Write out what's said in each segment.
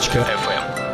Podster.fm.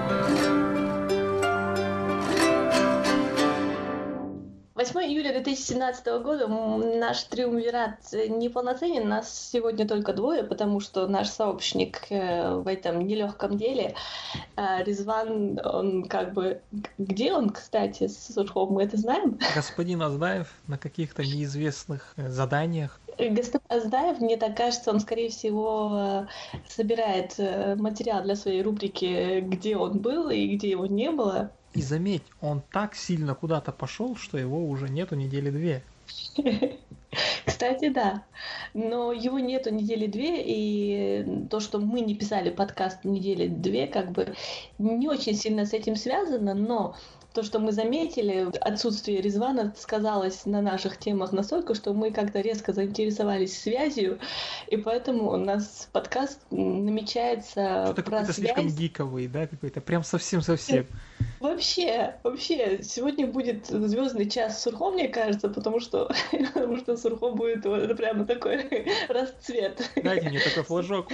8 июля 2017 года наш триумвират неполноценен, нас сегодня только двое, потому что наш сообщник в этом нелегком деле, Резван, он как бы... Где он, кстати, с Сурхом, мы это знаем? Господин Аздаев на каких-то неизвестных заданиях. Господин Аздаев, мне так кажется, он, скорее всего, собирает материал для своей рубрики «Где он был и где его не было». И заметь, он так сильно куда-то пошел, что его уже нету недели две. Кстати, да. Но его нету недели две, и то, что мы не писали подкаст недели две, как бы не очень сильно с этим связано, но то, что мы заметили, отсутствие Резвана сказалось на наших темах настолько, что мы как-то резко заинтересовались связью, и поэтому у нас подкаст намечается что-то про какой-то связь. слишком гиковый, да, какой-то прям совсем-совсем. Вообще, сегодня будет звездный час Сурхо, мне кажется, потому что Сурхо будет это прямо такой расцвет. Дайте мне такой флажок.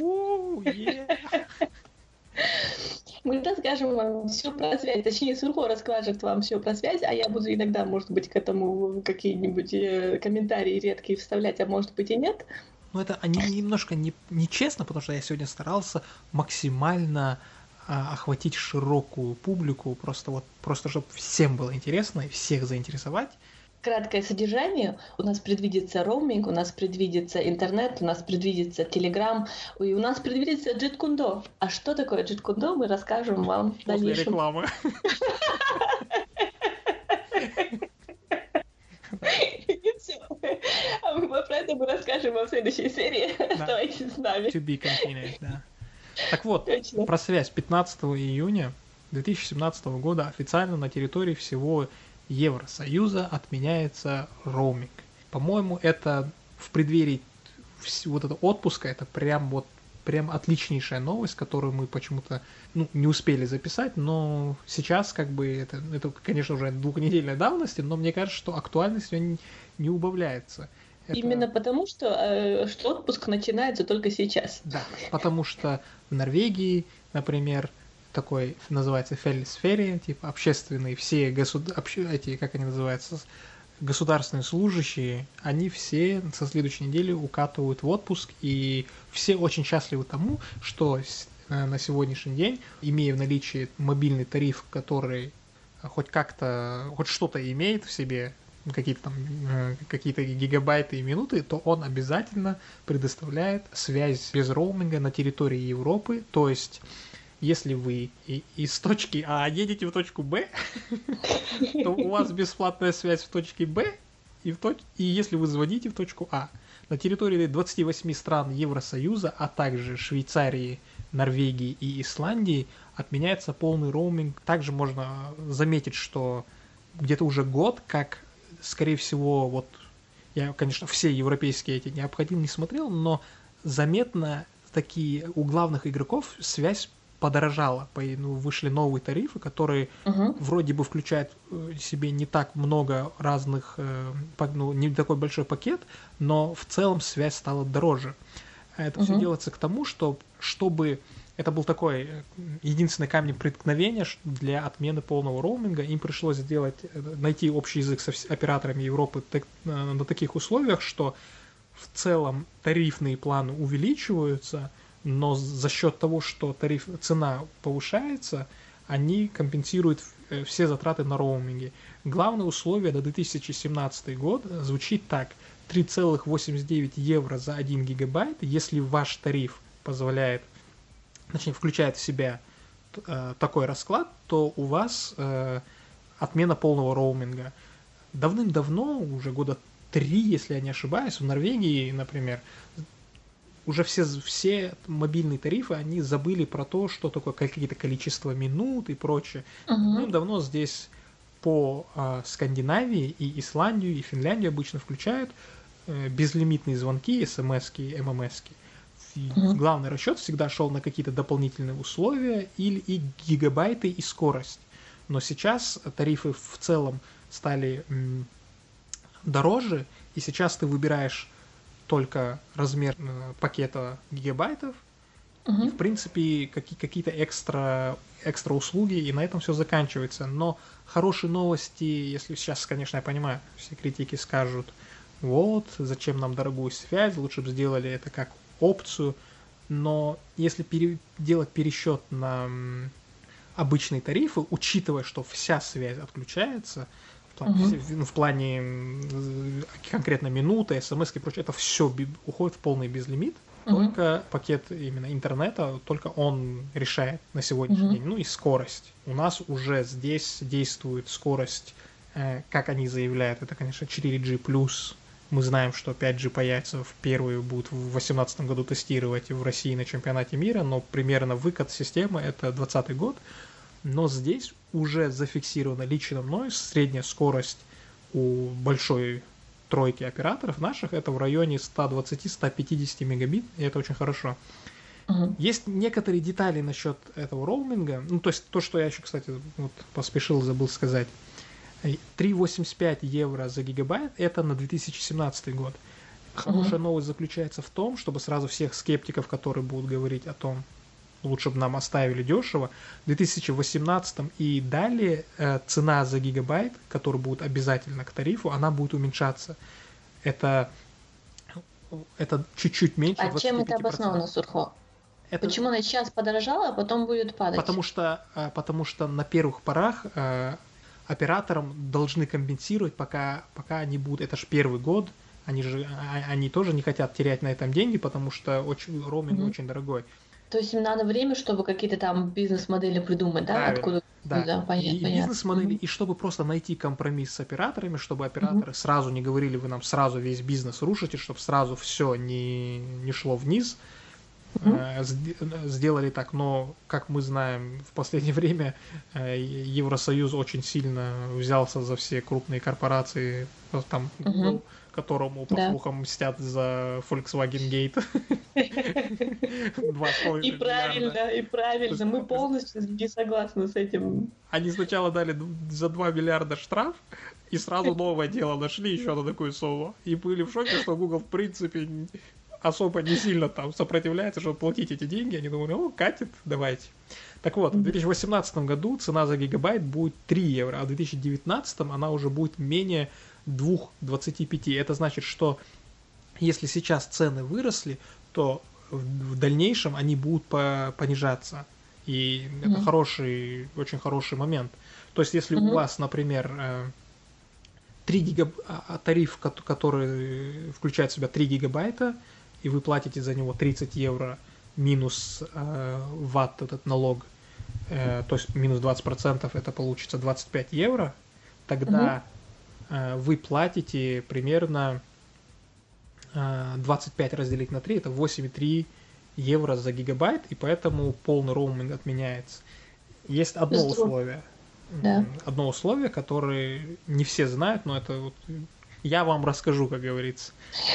Мы расскажем вам все про связь, точнее, Сурхо расскажет вам все про связь, а я буду иногда, может быть, к этому какие-нибудь комментарии редкие вставлять, а может быть и нет. Ну, это немножко нечестно, потому что я сегодня старался максимально охватить широкую публику, просто чтобы всем было интересно и всех заинтересовать. Краткое содержание. У нас предвидится роуминг, у нас предвидится интернет, у нас предвидится Телеграм, и у нас предвидится Джиткундо. А что такое Джиткундо, мы расскажем вам в дальнейшем. После рекламы. А мы про это мы расскажем во следующей серии. Оставайтесь с нами. To be continued, да. Так вот, Точно. про связь. 15 июня 2017 года официально на территории всего Евросоюза отменяется роуминг. По-моему, это в преддверии вот этого отпуска, это прям отличнейшая новость, которую мы почему-то не успели записать, но сейчас как бы это конечно, уже двухнедельной давности, но мне кажется, что актуальность не убавляется. Именно потому, что отпуск начинается только сейчас. Да, потому что в Норвегии, например, такой называется феллисферия, типа общественные, все эти, как они называются, государственные служащие, они все со следующей недели укатывают в отпуск, и все очень счастливы тому, что на сегодняшний день, имея в наличии мобильный тариф, который хоть что-то имеет в себе, какие-то гигабайты и минуты, то он обязательно предоставляет связь без роуминга на территории Европы, то есть если вы из точки А едете в точку Б, то у вас бесплатная связь в точке Б, и если вы звоните в точку А. На территории 28 стран Евросоюза, а также Швейцарии, Норвегии и Исландии отменяется полный роуминг. Также можно заметить, что где-то уже год, как, скорее всего, я, конечно, все европейские эти необходимо не смотрел, но заметно у главных игроков связь подорожала, вышли новые тарифы, которые вроде бы включают в себе не так много разных, не такой большой пакет, но в целом связь стала дороже. Это все делается к тому, чтобы это был такой единственный камень преткновения для отмены полного роуминга. Им пришлось найти общий язык с операторами Европы на таких условиях, что в целом тарифные планы увеличиваются, но за счет того, что цена повышается, они компенсируют все затраты на роуминге. Главное условие на 2017 год звучит так: 3,89 евро за 1 гигабайт, если ваш тариф включает в себя такой расклад, то у вас отмена полного роуминга. Давным-давно, уже года 3, если я не ошибаюсь, в Норвегии, например, уже все мобильные тарифы, они забыли про то, что такое какие-то количество минут и прочее. Давно здесь по Скандинавии и Исландию, и Финляндию обычно включают безлимитные звонки, смс-ки, ммс-ки. Главный расчет всегда шел на какие-то дополнительные условия и гигабайты, и скорость. Но сейчас тарифы в целом стали дороже, и сейчас ты выбираешь только размер пакета гигабайтов, И, в принципе, какие-то экстра услуги, и на этом все заканчивается. Но хорошие новости, если сейчас, конечно, я понимаю, все критики скажут, вот, зачем нам дорогую связь, лучше бы сделали это как опцию. Но если делать пересчет на обычные тарифы, учитывая, что вся связь отключается, в плане конкретно минуты, смс и прочее, это все уходит в полный безлимит. Только пакет именно интернета, только он решает на сегодняшний день. Ну и скорость. У нас уже здесь действует скорость, как они заявляют, это, конечно, 4G+. Мы знаем, что 5G появится впервые, будут в 2018 году тестировать в России на чемпионате мира, но примерно выкат системы это 2020 год. Но здесь уже зафиксировано лично мной средняя скорость у большой тройки операторов наших, это в районе 120-150 мегабит, и это очень хорошо. Есть некоторые детали насчет этого роуминга, ну то есть то, что я еще, кстати, вот поспешил, забыл сказать. 3,85 евро за гигабайт, это на 2017 год. Хорошая новость заключается в том, чтобы сразу всех скептиков, которые будут говорить о том, лучше бы нам оставили дешево, в 2018 и далее цена за гигабайт, которая будет обязательно к тарифу, она будет уменьшаться. Это чуть-чуть меньше. А чем это обосновано, Сурхо? Почему она сейчас подорожала, а потом будет падать? Потому что на первых порах операторам должны компенсировать, пока они будут. Это же первый год, они тоже не хотят терять на этом деньги, потому что роуминг очень дорогой. То есть им надо время, чтобы какие-то там бизнес-модели придумать, да? Правильно. Откуда? Да, понятно. И бизнес-модели, и чтобы просто найти компромисс с операторами, чтобы операторы сразу не говорили, вы нам сразу весь бизнес рушите, чтобы сразу все не шло вниз. Сделали так, но, как мы знаем, в последнее время Евросоюз очень сильно взялся за все крупные корпорации, там Google, которому, по слухам, мстят за Volkswagen Gate. И правильно, мы полностью не согласны с этим. Они сначала дали за 2 миллиарда штраф, и сразу новое дело нашли еще на такую сумму. И были в шоке, что Google, в принципе, особо не сильно там сопротивляется, чтобы платить эти деньги. Они думали, катит, давайте. Так вот, в 2018 году цена за гигабайт будет 3 евро, а в 2019 она уже будет менее 2,25. Это значит, что если сейчас цены выросли, то в дальнейшем они будут понижаться. И это очень хороший момент. То есть, если у вас, например, 3 тариф, который включает в себя 3 гигабайта, и вы платите за него 30 евро минус ватт, этот налог, то есть минус 20%, это получится 25 евро, тогда вы платите примерно 25 разделить на 3, это 8,3 евро за гигабайт, и поэтому полный роуминг отменяется. Есть одно условие. Да. Одно условие, которое не все знают, но это вот я вам расскажу, как говорится.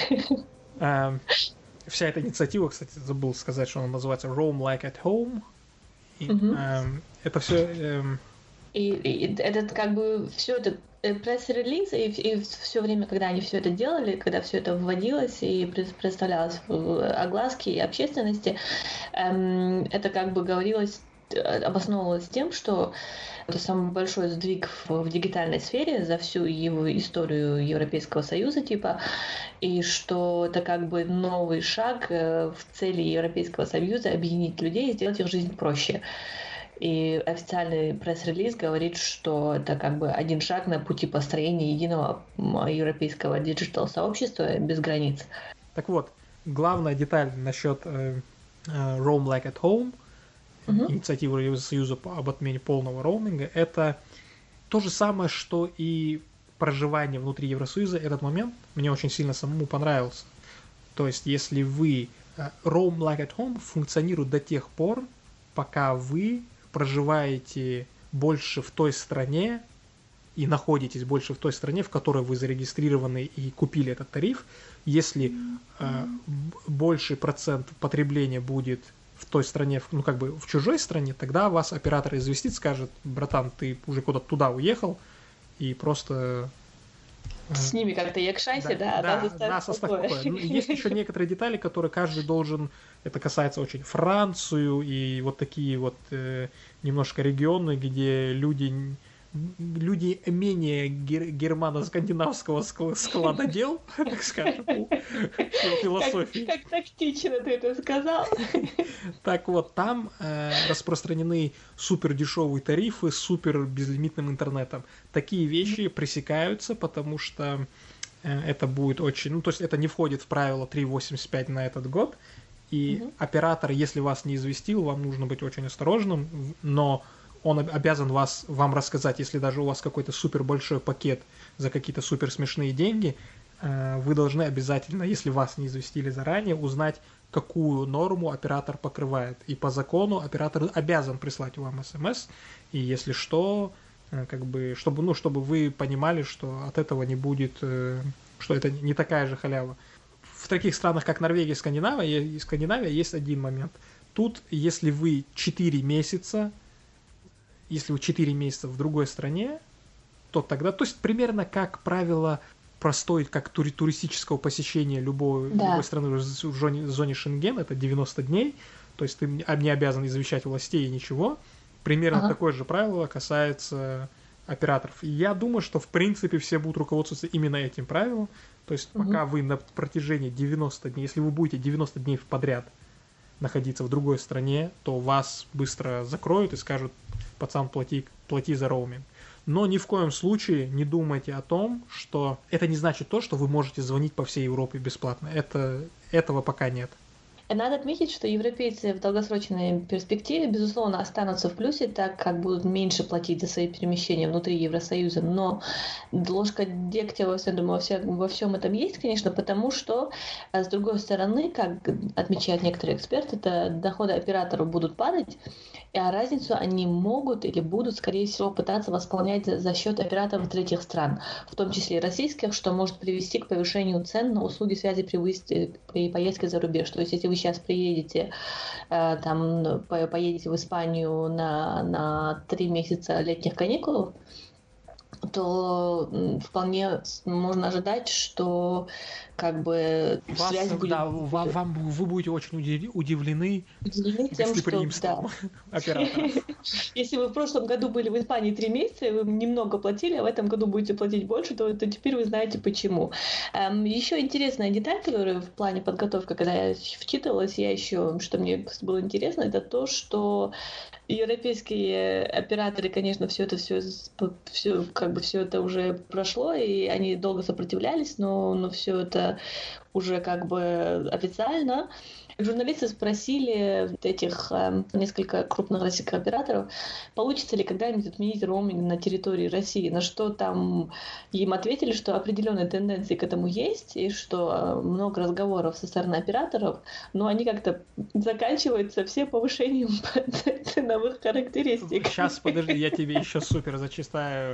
Вся эта инициатива, кстати, забыл сказать, что она называется Roam Like at Home. Это все... И этот как бы все это пресс-релиз, и все время, когда они все это делали, когда все это вводилось и представлялось в огласке и общественности, это как бы говорилось, обосновывалось тем, что это самый большой сдвиг в дигитальной сфере за всю его историю Европейского Союза, типа, и что это как бы новый шаг в цели Европейского Союза объединить людей и сделать их жизнь проще. И официальный пресс-релиз говорит, что это как бы один шаг на пути построения единого европейского диджитал-сообщества без границ. Так вот, главная деталь насчет Roam Like at Home, инициативы Евросоюза об отмене полного роуминга, это то же самое, что и проживание внутри Евросоюза. Этот момент мне очень сильно самому понравился. То есть, если вы... Roam Like at Home функционирует до тех пор, пока вы проживаете больше в той стране и находитесь больше в той стране, в которой вы зарегистрированы и купили этот тариф. Если больший процент потребления будет в той стране, ну как бы в чужой стране, тогда вас оператор известит, скажет: братан, ты уже куда-то туда уехал, и просто с ними как-то якшайся, да, нас оставь в покое. Есть еще некоторые детали, которые каждый должен, это касается очень Францию и вот такие вот немножко регионы, где люди менее германо-скандинавского склада дел, так скажем, философии. Как тактично ты это сказал. Так вот, там распространены супер дешевые тарифы с супер безлимитным интернетом. Такие вещи пресекаются, потому что это будет очень... Ну, то есть это не входит в правило 3.85 на этот год, и оператор, если вас не известил, вам нужно быть очень осторожным, но он обязан вам рассказать, если даже у вас какой-то супер большой пакет за какие-то супер смешные деньги, вы должны обязательно, если вас не известили заранее, узнать, какую норму оператор покрывает. И по закону оператор обязан прислать вам смс, и если что, как бы, чтобы вы понимали, что от этого не будет, что это не такая же халява. В таких странах, как Норвегия и Скандинавия, есть один момент. Тут, если вы 4 месяца в другой стране, то тогда, то есть примерно как правило простой, как туристического посещения любой страны в зоне Шенген, это 90 дней, то есть ты не обязан извещать властей и ничего. Примерно такое же правило касается операторов. И я думаю, что в принципе все будут руководствоваться именно этим правилом, то есть пока вы на протяжении 90 дней, если вы будете 90 дней подряд находиться в другой стране, то вас быстро закроют и скажут: пацан, плати за роуминг. Но ни в коем случае не думайте о том, что это не значит то, что вы можете звонить по всей Европе бесплатно. Этого пока нет. Надо отметить, что европейцы в долгосрочной перспективе, безусловно, останутся в плюсе, так как будут меньше платить за свои перемещения внутри Евросоюза. Но ложка дегтя во всем этом есть, конечно, потому что, с другой стороны, как отмечают некоторые эксперты, это доходы операторов будут падать, а разницу они могут или будут, скорее всего, пытаться восполнять за счет операторов третьих стран, в том числе и российских, что может привести к повышению цен на услуги связи при поездке за рубеж. То есть, если вы сейчас приедете, поедете в Испанию на 3 месяца летних каникул, то вполне можно ожидать, что как бы связь будет... Да, вы будете очень удивлены гостеприимством операторов. Если вы в прошлом году были в Испании 3 месяца, и вы немного платили, а в этом году будете платить больше, то теперь вы знаете почему. Еще интересная деталь, которая в плане подготовки, когда я вчитывалась, что мне было интересно, это то, что европейские операторы, конечно, все это уже прошло, и они долго сопротивлялись, но все это уже как бы официально. Журналисты спросили этих несколько крупных российских операторов, получится ли когда-нибудь отменить роуминг на территории России, на что там им ответили, что определенные тенденции к этому есть, и что много разговоров со стороны операторов, но они как-то заканчиваются все повышением ценовых характеристик. Сейчас, подожди, я тебе еще супер зачитаю.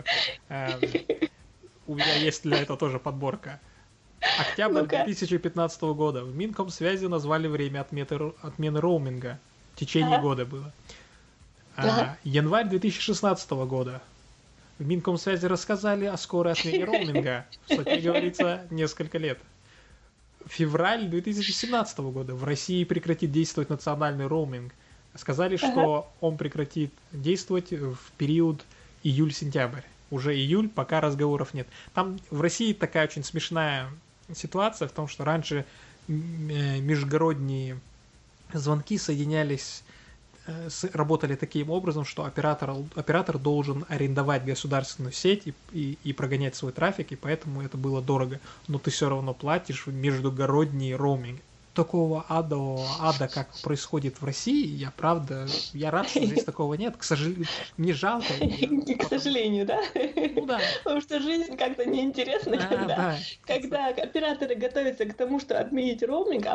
У меня есть для этого тоже подборка. Октябрь 2015 года. В Минкомсвязи назвали время отмены роуминга. В течение года было. Январь 2016 года. В Минкомсвязи рассказали о скорой отмене роуминга. Что тебе говорится, несколько лет. Февраль 2017 года. В России прекратит действовать национальный роуминг. Сказали, что он прекратит действовать в период июль-сентябрь. Уже июль, пока разговоров нет. Там в России такая очень смешная ситуация в том, что раньше межгородние звонки соединялись, работали таким образом, что оператор должен арендовать государственную сеть и прогонять свой трафик, и поэтому это было дорого. Но ты все равно платишь междугородний роуминг. Такого ада, как происходит в России, я рад, что здесь такого нет. К сожалению, мне жалко. К сожалению, да? Ну да. Потому что жизнь как-то неинтересна, когда операторы готовятся к тому, что отменить роуминг,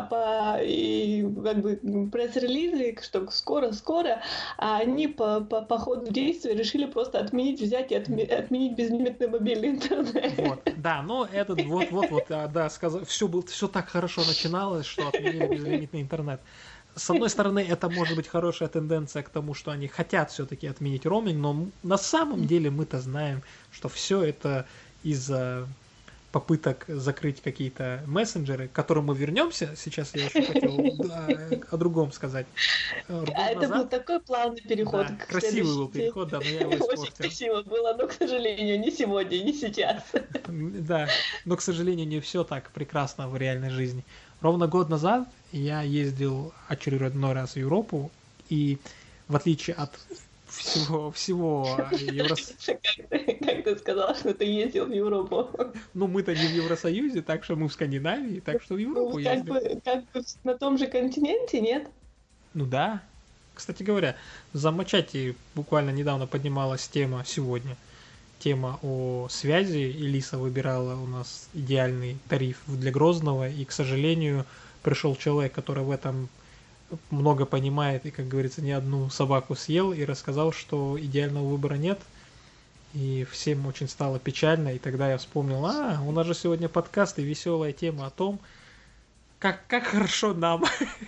пресс-релизы, что скоро, а они по ходу действия решили просто взять и отменить безлимитный мобильный интернет. Вот, да, но все так хорошо начиналось, что отменили безлимитный интернет. С одной стороны, это может быть хорошая тенденция к тому, что они хотят все-таки отменить роуминг, но на самом деле мы-то знаем, что все это из-за попыток закрыть какие-то мессенджеры, к которым мы вернемся. Сейчас я еще хотел о другом сказать. Это был такой плавный переход. Да, красивый был переход, да, но я его испортил. Очень красиво было, но, к сожалению, не сегодня, не сейчас. Да, но, к сожалению, не все так прекрасно в реальной жизни. Ровно год назад я ездил очередной раз в Европу, и в отличие от всего Как ты сказал, что ты ездил в Европу? Ну, мы-то не в Евросоюзе, так что мы в Скандинавии, так что в Европу ездим. Как бы на том же континенте, нет? Ну да. Кстати говоря, в Замочати буквально недавно поднималась тема сегодня. Тема о связи. Элиса выбирала у нас идеальный тариф для Грозного, и, к сожалению, пришел человек, который в этом много понимает и, как говорится, не одну собаку съел, и рассказал, что идеального выбора нет. И всем очень стало печально, и тогда я вспомнил, у нас же сегодня подкаст и веселая тема о том, как хорошо нам.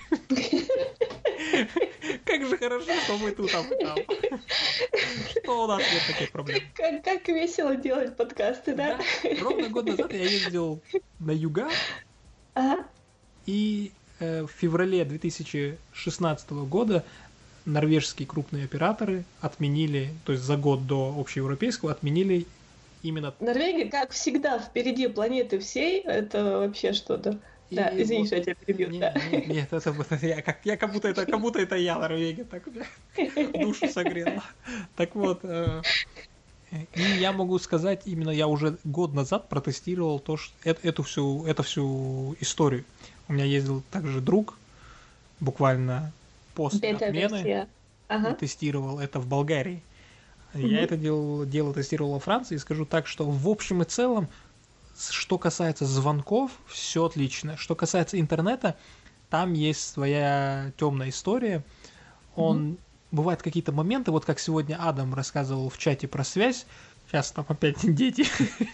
Как же хорошо, что мы тут, там. Что у нас нет таких проблем. Как весело делать подкасты, да? Ровно год назад я ездил на юга, и в феврале 2016 года норвежские крупные операторы отменили, то есть за год до общеевропейского отменили именно... Норвегия, как всегда, впереди планеты всей, это вообще что-то. Да, извини, что я тебя перебил. Нет, это я как будто это я, Норвегия, так душу согрела. Так вот, и я могу сказать, именно я уже год назад протестировал эту всю историю. У меня ездил также друг, буквально после отмены, тестировал это в Болгарии. Я это дело тестировал во Франции, и скажу так, что в общем и целом, что касается звонков, все отлично. Что касается интернета, там есть своя темная история. Бывают какие-то моменты, вот как сегодня Адам рассказывал в чате про связь. Сейчас там опять дети.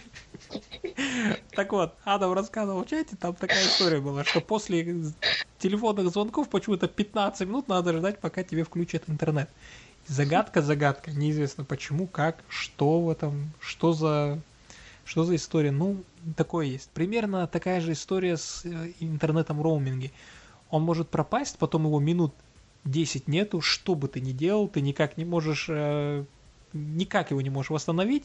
Так вот, Адам рассказывал в чате, там такая история была, что после телефонных звонков почему-то 15 минут надо ждать, пока тебе включат интернет. Загадка, неизвестно почему, как, что в этом, что за история. Ну, такое есть. Примерно такая же история с интернетом роуминге. Он может пропасть, потом его минут 10 нету, что бы ты ни делал, ты никак его не можешь восстановить,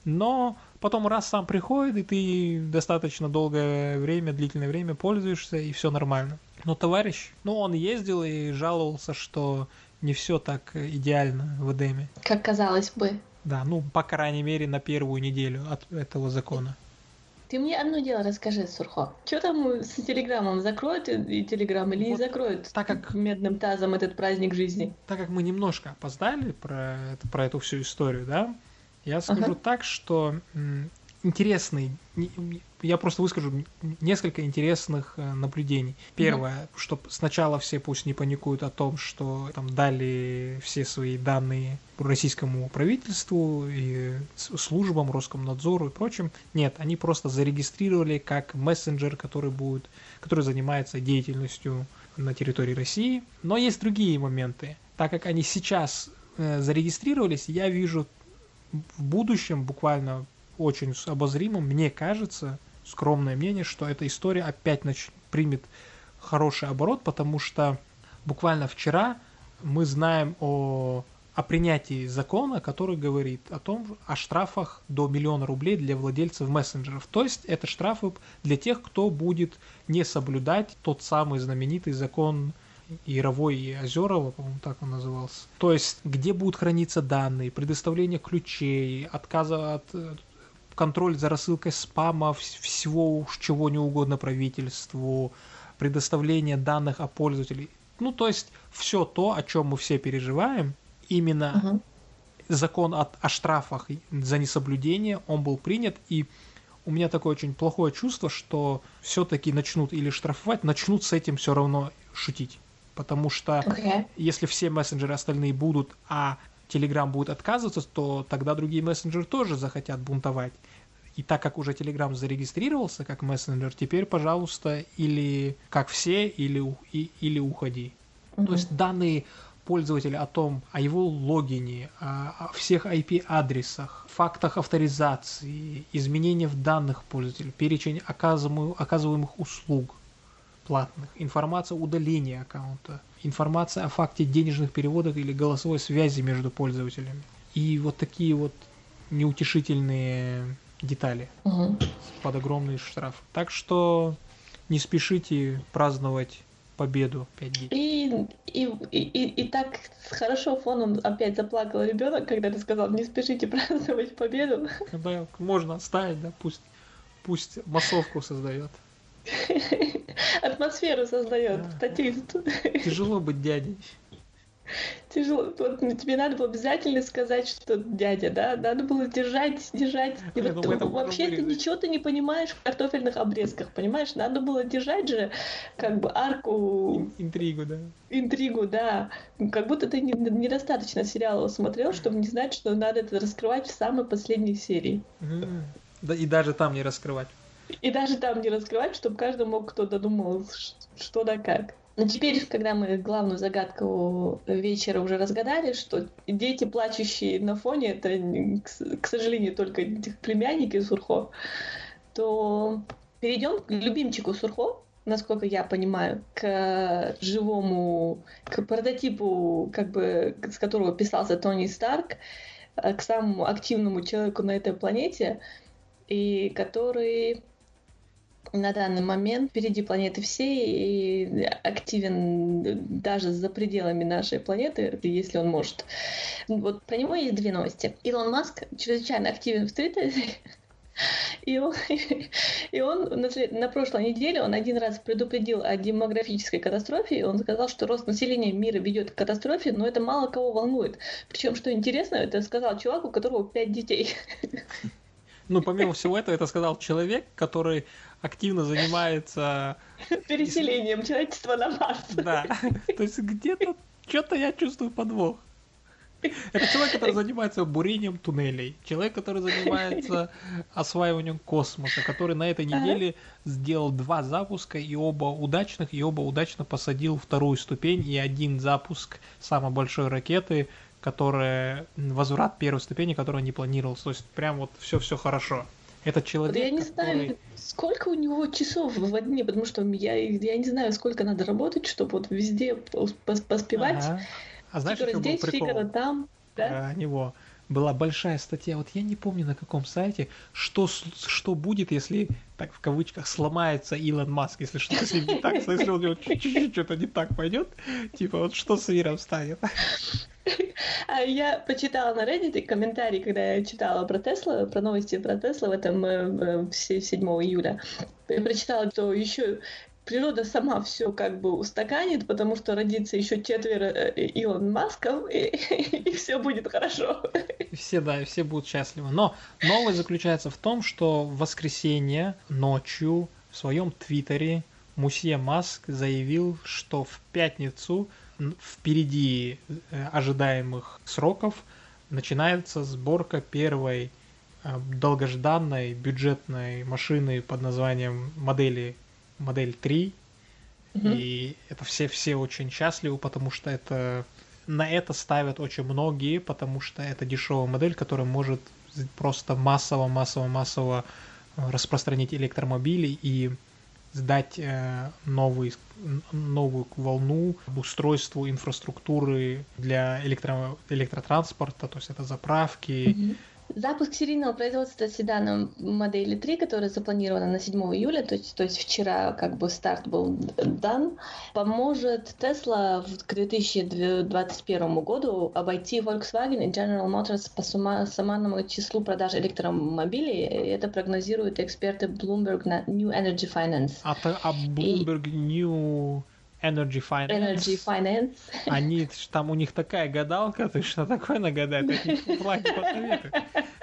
но потом раз сам приходит, и ты достаточно длительное время пользуешься, и все нормально. Но товарищ, он ездил и жаловался, что не все так идеально в Эдеме. Как казалось бы. Да, по крайней мере, на первую неделю от этого закона. Ты мне одно дело расскажи, Сурхо. Что там с Телеграмом? Закроют и Телеграм или не закроют? Так как медным тазом этот праздник жизни. Так как мы немножко опоздали про эту всю историю, да, я скажу так, что интересный, я просто выскажу несколько интересных наблюдений. Первое, что сначала все пусть не паникуют о том, что там дали все свои данные российскому правительству и службам, Роскомнадзору и прочим. Нет, они просто зарегистрировали как мессенджер, который занимается деятельностью на территории России. Но есть другие моменты. Так как они сейчас зарегистрировались, я вижу в будущем буквально очень обозримо, мне кажется, скромное мнение, что эта история опять примет хороший оборот, потому что буквально вчера мы знаем о принятии закона, который говорит о штрафах до 1 000 000 рублей для владельцев мессенджеров. То есть это штрафы для тех, кто будет не соблюдать тот самый знаменитый закон Яровой и Озерова, по-моему, так он назывался. То есть где будут храниться данные, предоставление ключей, отказа от контроль за рассылкой спама, всего, чего не угодно правительству, предоставление данных о пользователе. То есть все то, о чем мы все переживаем, именно закон о штрафах за несоблюдение, он был принят, и у меня такое очень плохое чувство, что все-таки начнут или штрафовать, начнут с этим все равно шутить. Потому что если все мессенджеры остальные будут, а Telegram будет отказываться, то тогда другие мессенджеры тоже захотят бунтовать. И так как уже Telegram зарегистрировался как мессенджер, теперь, пожалуйста, или как все, или уходи. То есть данные пользователя о его логине, о всех IP-адресах, фактах авторизации, изменениях в данных пользователя, перечень оказываемых услуг платных, информация о удалении аккаунта, информация о факте денежных переводов или голосовой связи между пользователями. И вот такие вот неутешительные детали под огромный штраф. Так что не спешите праздновать победу 5 дней. И так хорошо фоном опять заплакал ребенок, когда ты сказал, не спешите праздновать победу. Да, можно оставить, да, пусть массовку создает. Атмосферу создает, да. статист. Тяжело быть дядей. Тяжело. Вот тебе надо было обязательно сказать, что дядя, да? Надо было держать. И вот вообще ты ничего ты не понимаешь в картофельных обрезках, понимаешь? Надо было держать же как бы арку... Интригу, да. Как будто ты недостаточно сериалов смотрел, чтобы не знать, что надо это раскрывать в самой последней серии. Да, и даже там не раскрывать. Чтобы каждый мог, кто додумал, что да как. Но теперь, когда мы главную загадку вечера уже разгадали, что дети, плачущие на фоне, это, к сожалению, только племянники Сурхо, то перейдем к любимчику Сурхо, насколько я понимаю, к прототипу, как бы, с которого писался Тони Старк, к самому активному человеку на этой планете, и который на данный момент впереди планеты всей и активен даже за пределами нашей планеты, если он может. Вот про него есть две новости. Илон Маск чрезвычайно активен в Твиттере, и он на прошлой неделе он один раз предупредил о демографической катастрофе, и он сказал, что рост населения мира ведет к катастрофе, но это мало кого волнует. Причем, что интересно, это сказал чувак, у которого 5 детей. Ну, помимо всего этого, это сказал человек, который активно занимается... переселением человечества на Марс. Да, то есть где-то что-то я чувствую подвох. Это человек, который занимается бурением туннелей, человек, который занимается осваиванием космоса, который на этой неделе сделал 2 запуска, и оба удачно посадил вторую ступень, и один запуск самой большой ракеты, которая возврат первой ступени, которая не планировалась. То есть прям вот все хорошо. Этот человек, я не знаю, сколько у него часов в дне, потому что я не знаю, сколько надо работать, чтобы вот везде поспевать. Ага. А знаешь, фигура здесь, фигура там. Да? У него была большая статья, вот я не помню на каком сайте, что будет, если, так в кавычках, сломается Илон Маск, если что-то с ним не так, если у него чуть-чуть что-то не так пойдет, типа вот что с миром станет. А я почитала на Reddit комментарий, когда я читала про Тесла, про новости про Тесла в этом 7 июля. Я прочитала, что еще природа сама все как бы устаканит, потому что родится еще 4 Илон Масков, и все будет хорошо. Все будут счастливы. Но новость заключается в том, что в воскресенье ночью в своем твиттере мусье Маск заявил, что в пятницу впереди ожидаемых сроков начинается сборка первой долгожданной бюджетной машины под названием модель 3. И это все очень счастливы, потому что на это ставят очень многие, потому что это дешевая модель, которая может просто массово распространить электромобили и сдать новую волну устройству инфраструктуры для электротранспорта, то есть это заправки. Запуск серийного производства седана модели 3, которая запланирована на 7 июля, то есть вчера как бы старт был дан, поможет Tesla к 2021 году обойти Volkswagen и General Motors по суммарному числу продаж электромобилей. Это прогнозируют эксперты Bloomberg на New Energy Finance. А Bloomberg New Energy Finance. Они там у них такая гадалка, ты что такое нагадать, такие флаги посоветуют.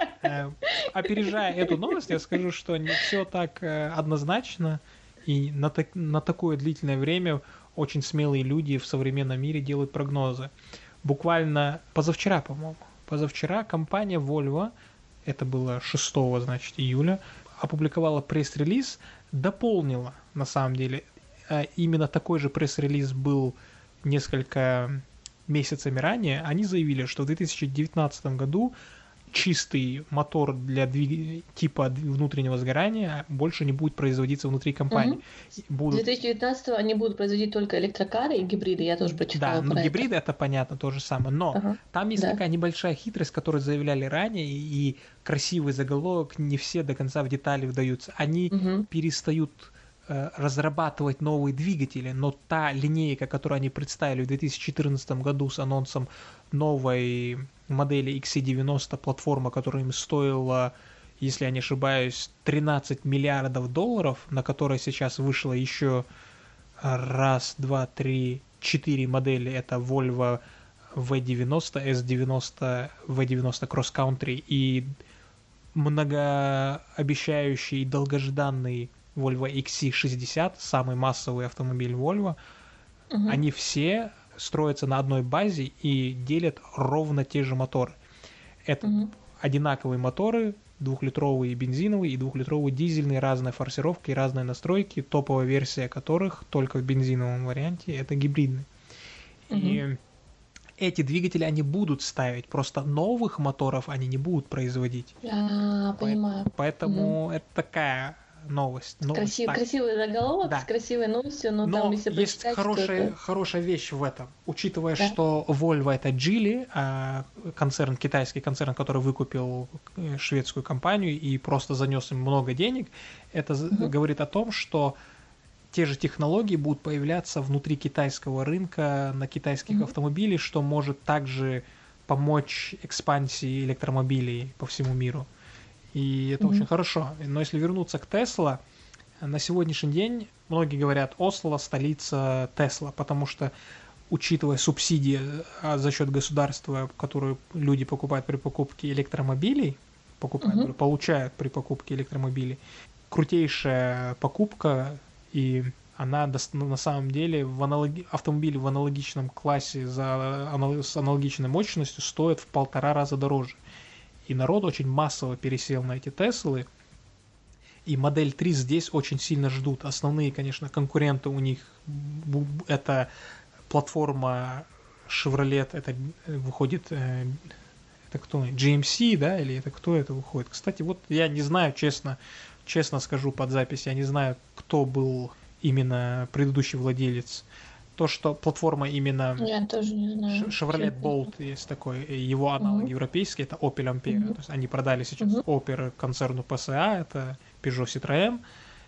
Опережая эту новость, я скажу, что не все так однозначно, и на такое длительное время очень смелые люди в современном мире делают прогнозы. Буквально позавчера, по-моему, компания Volvo, это было 6 июля, опубликовала пресс-релиз, дополнила, на самом деле, именно такой же пресс-релиз был несколько месяцами ранее, они заявили, что в 2019 году чистый мотор для типа внутреннего сгорания больше не будет производиться внутри компании. С 2019 они будут производить только электрокары и гибриды, я тоже прочитала. Да, но гибриды это понятно, то же самое. Но там есть такая небольшая хитрость, которую заявляли ранее, и красивый заголовок, не все до конца в детали вдаются. Они перестают разрабатывать новые двигатели, но та линейка, которую они представили в 2014 году с анонсом новой модели XC90, платформа, которая им стоила, если я не ошибаюсь, $13 миллиардов, на которой сейчас вышло еще 4 модели. Это Volvo V90, S90, V90 Cross Country и многообещающий и долгожданный Volvo XC60, самый массовый автомобиль Volvo. Они все строятся на одной базе и делят ровно те же моторы. Это одинаковые моторы, 2-литровый бензиновый и 2-литровый дизельный, разная форсировка и разные настройки, топовая версия которых только в бензиновом варианте это гибридный. И эти двигатели они будут ставить, просто новых моторов они не будут производить. Понимаю. Поэтому это такая новость. Красивый заголовок с красивой новостью, но там, если есть хорошая вещь в этом. Учитывая, что Volvo это Geely, китайский концерн, который выкупил шведскую компанию и просто занес им много денег, это говорит о том, что те же технологии будут появляться внутри китайского рынка на китайских автомобилях, что может также помочь экспансии электромобилей по всему миру. И это очень хорошо. Но если вернуться к Tesla, на сегодняшний день многие говорят, Осло столица Tesla, потому что, учитывая субсидии за счет государства, которые люди покупают при покупке электромобилей, получают при покупке электромобилей, крутейшая покупка, и она на самом деле автомобиль в аналогичном классе с аналогичной мощностью стоит в 1,5 раза дороже. И народ очень массово пересел на эти Теслы. И модель 3 здесь очень сильно ждут. Основные, конечно, конкуренты у них это платформа Chevrolet, это выходит, это кто? GMC, да, или это кто это выходит? Кстати, вот я не знаю, честно скажу под запись, я не знаю, кто был именно предыдущий владелец. То, что платформа именно я тоже не знаю. Chevrolet Bolt есть такой, его аналог европейский, это Opel Ampera. То есть они продали сейчас Opel концерну PSA, это Peugeot Citroën,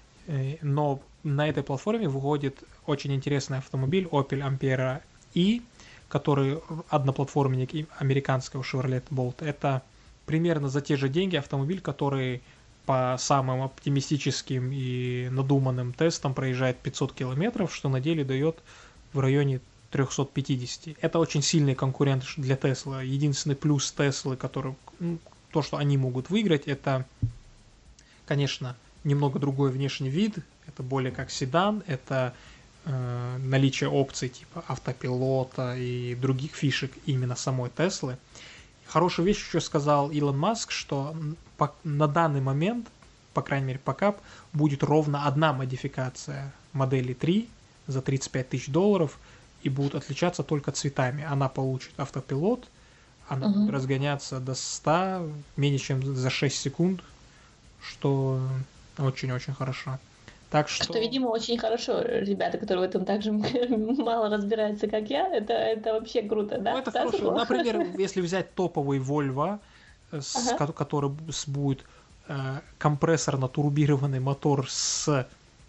но на этой платформе выходит очень интересный автомобиль Opel Ampera E, который одноплатформенник американского Chevrolet Bolt. Это примерно за те же деньги автомобиль, который по самым оптимистическим и надуманным тестам проезжает 500 километров, что на деле дает в районе 350. Это очень сильный конкурент для Tesla. Единственный плюс Теслы, то, что они могут выиграть, это, конечно, немного другой внешний вид. Это более как седан, это наличие опций типа автопилота и других фишек именно самой Теслы. Хорошую вещь еще сказал Илон Маск, что на данный момент, по крайней мере пока, будет ровно одна модификация модели 3 за $35 тысяч, и будут отличаться только цветами. Она получит автопилот, она будет разгоняться до 100 менее чем за 6 секунд, что очень-очень хорошо. Так что, видимо, очень хорошо, ребята, которые в этом так же мало разбираются, как я, это вообще круто, да? Это хорошо. Например, если взять топовый Volvo, который будет компрессорно-турбированный мотор с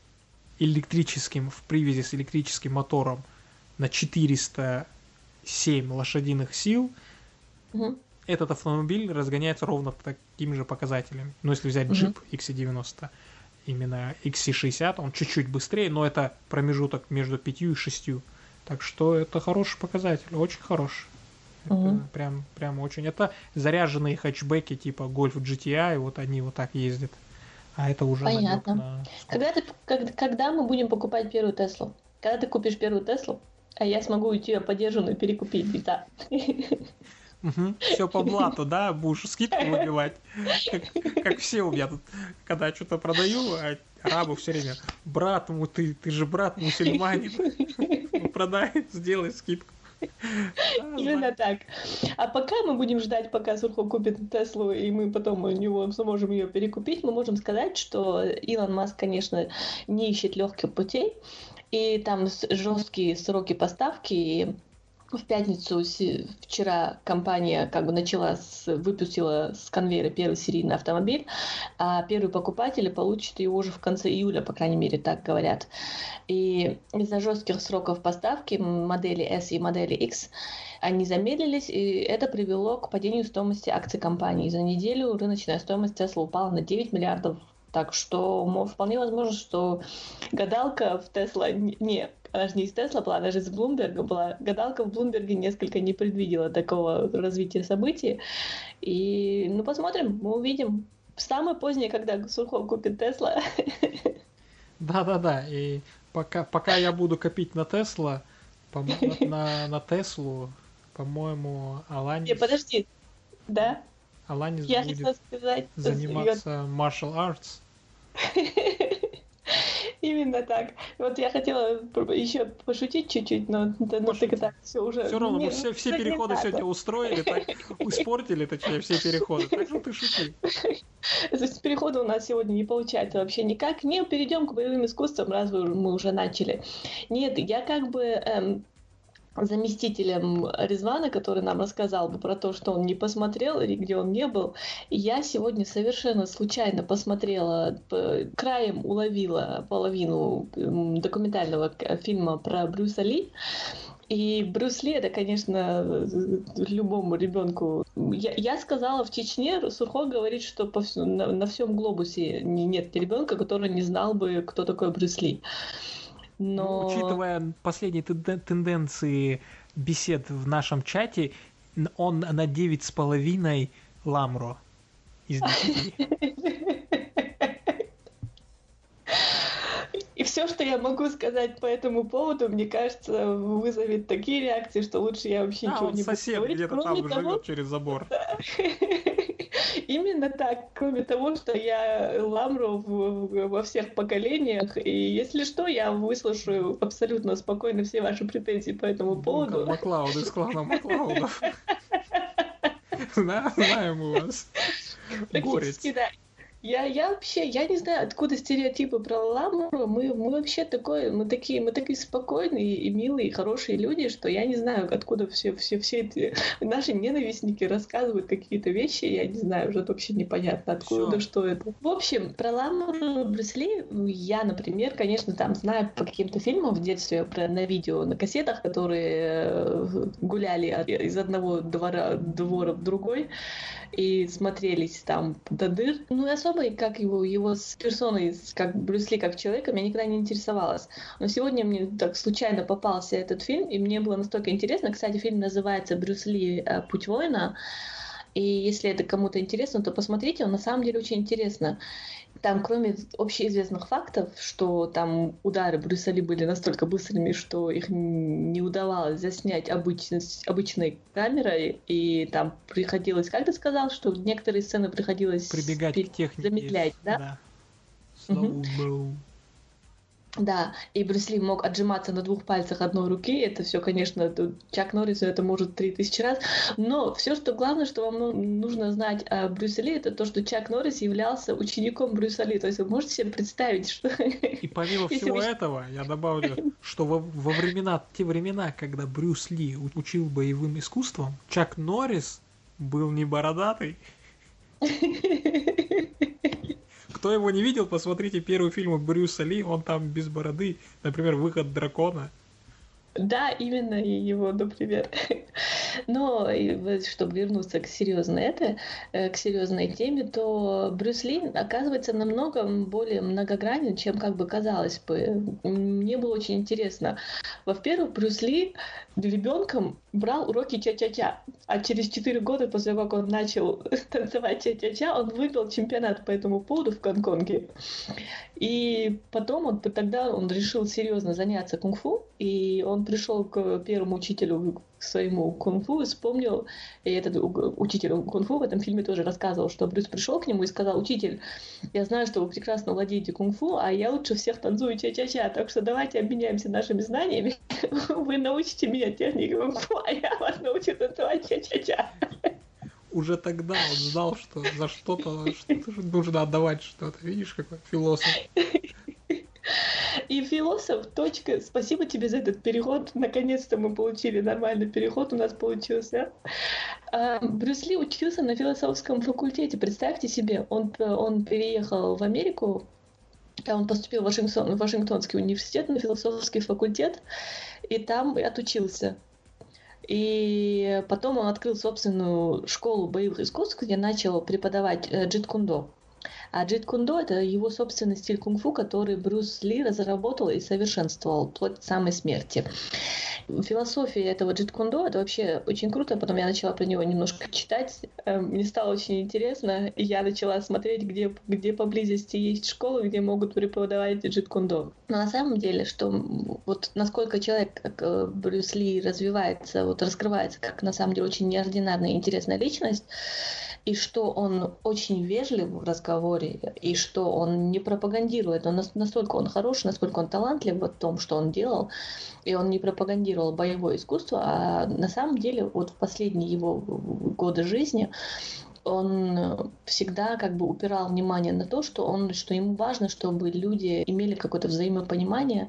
в привязи с электрическим мотором на 407 лошадиных сил, этот автомобиль разгоняется ровно таким же показателем. Но если взять Jeep XC90, именно XC60, он чуть-чуть быстрее, но это промежуток между 5 и 6. Так что это хороший показатель, очень хороший. Это прям очень. Это заряженные хэтчбеки типа Golf GTI, вот они вот так ездят. А это уже понятно. Когда мы будем покупать первую Теслу? Когда ты купишь первую Теслу, а я смогу у тебя подержанную перекупить, да? Все по блату, да? Будешь скидку выбивать. Как все у меня тут, когда что-то продаю, а арабы все время: брат, ты же брат мусульманин, продай, сделай скидку. Именно так. А пока мы будем ждать, пока Сурхо купит Теслу, и мы потом у него сможем ее перекупить, мы можем сказать, что Илон Маск, конечно, не ищет легких путей, и там жесткие сроки поставки, и в пятницу вчера компания как бы выпустила с конвейера первый серийный автомобиль, а первые покупатели получат его уже в конце июля, по крайней мере, так говорят. И из-за жестких сроков поставки модели S и модели X они замедлились, и это привело к падению стоимости акций компании. За неделю рыночная стоимость Tesla упала на 9 миллиардов. Так что вполне возможно, что гадалка в Tesla она же не из Тесла была, она же из Блумберга была. Гадалка в Блумберге несколько не предвидела такого развития событий. И, посмотрим, мы увидим. Самое позднее, когда Сурхов купит Тесла. Да. И пока я буду копить на Тесла, на Теслу, по-моему, Аланис... Подожди, да? Аланис будет заниматься martial arts. Именно так. Вот я хотела еще пошутить чуть-чуть, но ты так все уже... Все равно мы все переходы сегодня устроили, так испортили, точнее, все переходы. Так что ты шути. Перехода у нас сегодня не получается вообще никак. Не, перейдем к боевым искусствам, раз мы уже начали. Нет, я как бы... заместителем Резвана, который нам рассказал бы про то, что он не посмотрел и где он не был. Я сегодня совершенно случайно посмотрела, краем уловила половину документального фильма про Брюса Ли. И Брюс Ли, это, конечно, любому ребенку. Я сказала, в Чечне Сурхо говорит, что на всем глобусе нет ребенка, который не знал бы, кто такой Брюс Ли. Но... Учитывая последние тенденции бесед в нашем чате, он на 9,5 ламро из 10. И все, что я могу сказать по этому поводу, мне кажется, вызовет такие реакции, что лучше я вообще ничего не буду говорить. Сосед где-то там живет через забор. Именно так, кроме того, что я ламру во всех поколениях, и если что, я выслушаю абсолютно спокойно все ваши претензии по этому поводу. Маклауд из клана Маклаудов. Знаем мы вас. Практически, да. Я не знаю, откуда стереотипы про ламру. Мы вообще мы такие спокойные и милые, и хорошие люди, что я не знаю, откуда все эти наши ненавистники рассказывают какие-то вещи. Я не знаю, уже вообще непонятно, откуда, что это. В общем, про ламру Брюс Ли я, например, конечно, там знаю по каким-то фильмам в детстве на видео, на кассетах, которые гуляли из одного двора в другой и смотрелись там до дыр. И особо как его с персоной, как Брюс Ли, как человеком, я никогда не интересовалась. Но сегодня мне так случайно попался этот фильм, и мне было настолько интересно. Кстати, фильм называется «Брюс Ли. Путь воина». И если это кому-то интересно, то посмотрите, он на самом деле очень интересно. Там, кроме общеизвестных фактов, что там удары Брюса Ли были настолько быстрыми, что их не удавалось заснять обычной камерой, и там приходилось, как ты сказал, что некоторые сцены приходилось прибегать к технике, замедлять, да? Slow-mo. Да, и Брюс Ли мог отжиматься на 2 пальцах одной руки. Это все, конечно, Чак Норрису это может 3000 раз. Но все, что главное, что вам нужно знать о Брюсе Ли, это то, что Чак Норрис являлся учеником Брюса Ли. То есть вы можете себе представить, что... И помимо всего этого, я добавлю, что те времена, когда Брюс Ли учил боевым искусствам, Чак Норрис был не бородатый. Кто его не видел, посмотрите первый фильм Брюса Ли, он там без бороды, например, «Выход дракона». Да, именно его, например. Но, чтобы вернуться к серьезной теме, то Брюс Ли оказывается намного более многогранен, чем как бы казалось бы. Мне было очень интересно. Во-первых, Брюс Ли ребенком брал уроки ча-ча-ча, а через 4 года после того, как он начал танцевать ча-ча-ча, он выиграл чемпионат по этому поводу в Гонконге. И потом тогда он решил серьезно заняться кунг-фу, и он он пришел к первому учителю, к своему кунг-фу, и вспомнил, и этот учитель кунг-фу в этом фильме тоже рассказывал, что Брюс пришел к нему и сказал: учитель, я знаю, что вы прекрасно владеете кунг-фу, а я лучше всех танцую ча-ча-ча, так что давайте обменяемся нашими знаниями, вы научите меня технике кунг-фу, а я вас научу танцевать ча-ча-ча. Уже тогда он знал, что за что-то нужно отдавать что-то. Видишь, какой философ. И философ, точка. Спасибо тебе за этот переход. Наконец-то мы получили нормальный переход, у нас получился. Брюс Ли учился на философском факультете. Представьте себе, он переехал в Америку, он поступил в Вашингтонский университет на философский факультет, и там отучился. И потом он открыл собственную школу боевых искусств, где начал преподавать джит-кундо. А джит-кундо — это его собственный стиль кунг-фу, который Брюс Ли разработал и совершенствовал вплоть до самой смерти. Философия этого джит-кундо — это вообще очень круто. Потом я начала про него немножко читать. Мне стало очень интересно. И я начала смотреть, где поблизости есть школы, где могут преподавать джит-кундо. Но на самом деле, что вот насколько человек, как Брюс Ли, развивается, вот раскрывается как на самом деле очень неординарная и интересная личность, и что он очень вежлив в разговоре, и что он не пропагандирует. Настолько он хорош, насколько он талантлив в том, что он делал, и он не пропагандировал боевое искусство, а на самом деле вот в последние его годы жизни он всегда как бы упирал внимание на то, что ему важно, чтобы люди имели какое-то взаимопонимание.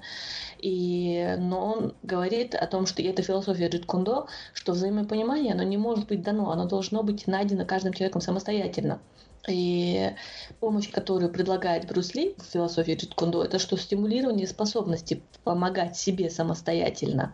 Но он говорит о том, что это философия джит-кундо, что взаимопонимание, оно не может быть дано, оно должно быть найдено каждым человеком самостоятельно. И помощь, которую предлагает Брюс Ли в философии джит-кундо, это что стимулирование способности помогать себе самостоятельно.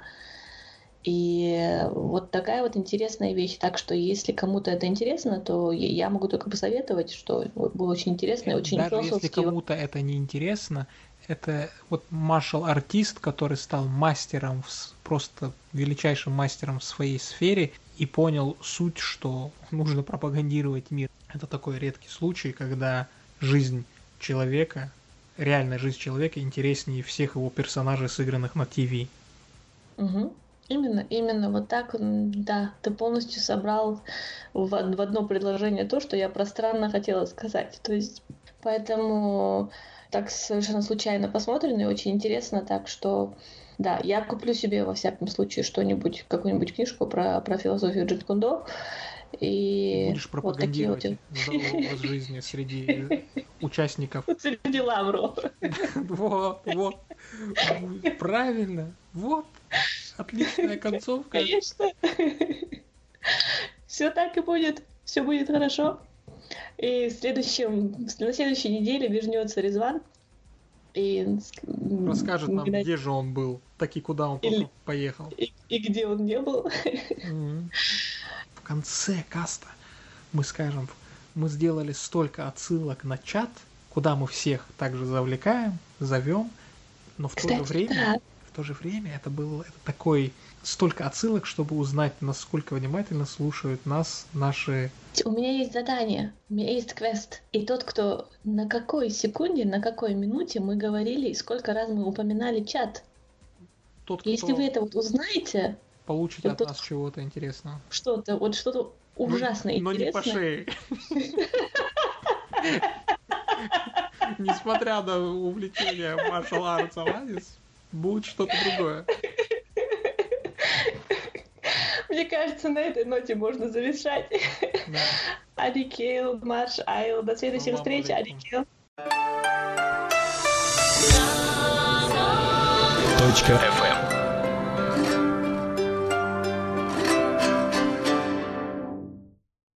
И вот такая вот интересная вещь. Так что если кому-то это интересно, то я могу только посоветовать, что было очень интересно и очень даже философски. Если кому-то это не интересно, это вот маршал-артист, который стал мастером, просто величайшим мастером в своей сфере и понял суть, что нужно пропагандировать мир. Это такой редкий случай, когда жизнь человека, реальная жизнь человека интереснее всех его персонажей, сыгранных на ТВ. Угу. Именно вот так, да, ты полностью собрал в одно предложение то, что я пространно хотела сказать. То есть, поэтому так совершенно случайно посмотрено и очень интересно, так что, да, я куплю себе во всяком случае что-нибудь, какую-нибудь книжку про философию джит-кундо. И будешь пропагандировать вот здоровый образ жизни среди участников. Среди лавров. Вот, правильно, вот. Отличная концовка. Конечно. Все так и будет. Все будет хорошо. И на следующей неделе вернется Резван. И расскажет нам, где же он был, таки куда он поехал. И где он не был. В конце каста мы скажем, мы сделали столько отсылок на чат, куда мы всех также завлекаем, зовем, но в то же время это было такой столько отсылок, чтобы узнать, насколько внимательно слушают нас наши... У меня есть задание, у меня есть квест. И тот, кто на какой секунде, на какой минуте мы говорили, и сколько раз мы упоминали чат. Если вы это вот узнаете... Получите от нас чего-то интересного. Что-то ужасно интересное. Но не по шее. Несмотря на увлечение martial arts Alanis, будет что-то другое. Мне кажется, на этой ноте можно завершать. Да. Адикейл, Марш, Айл. До следующих встреч. Адикейл. .fm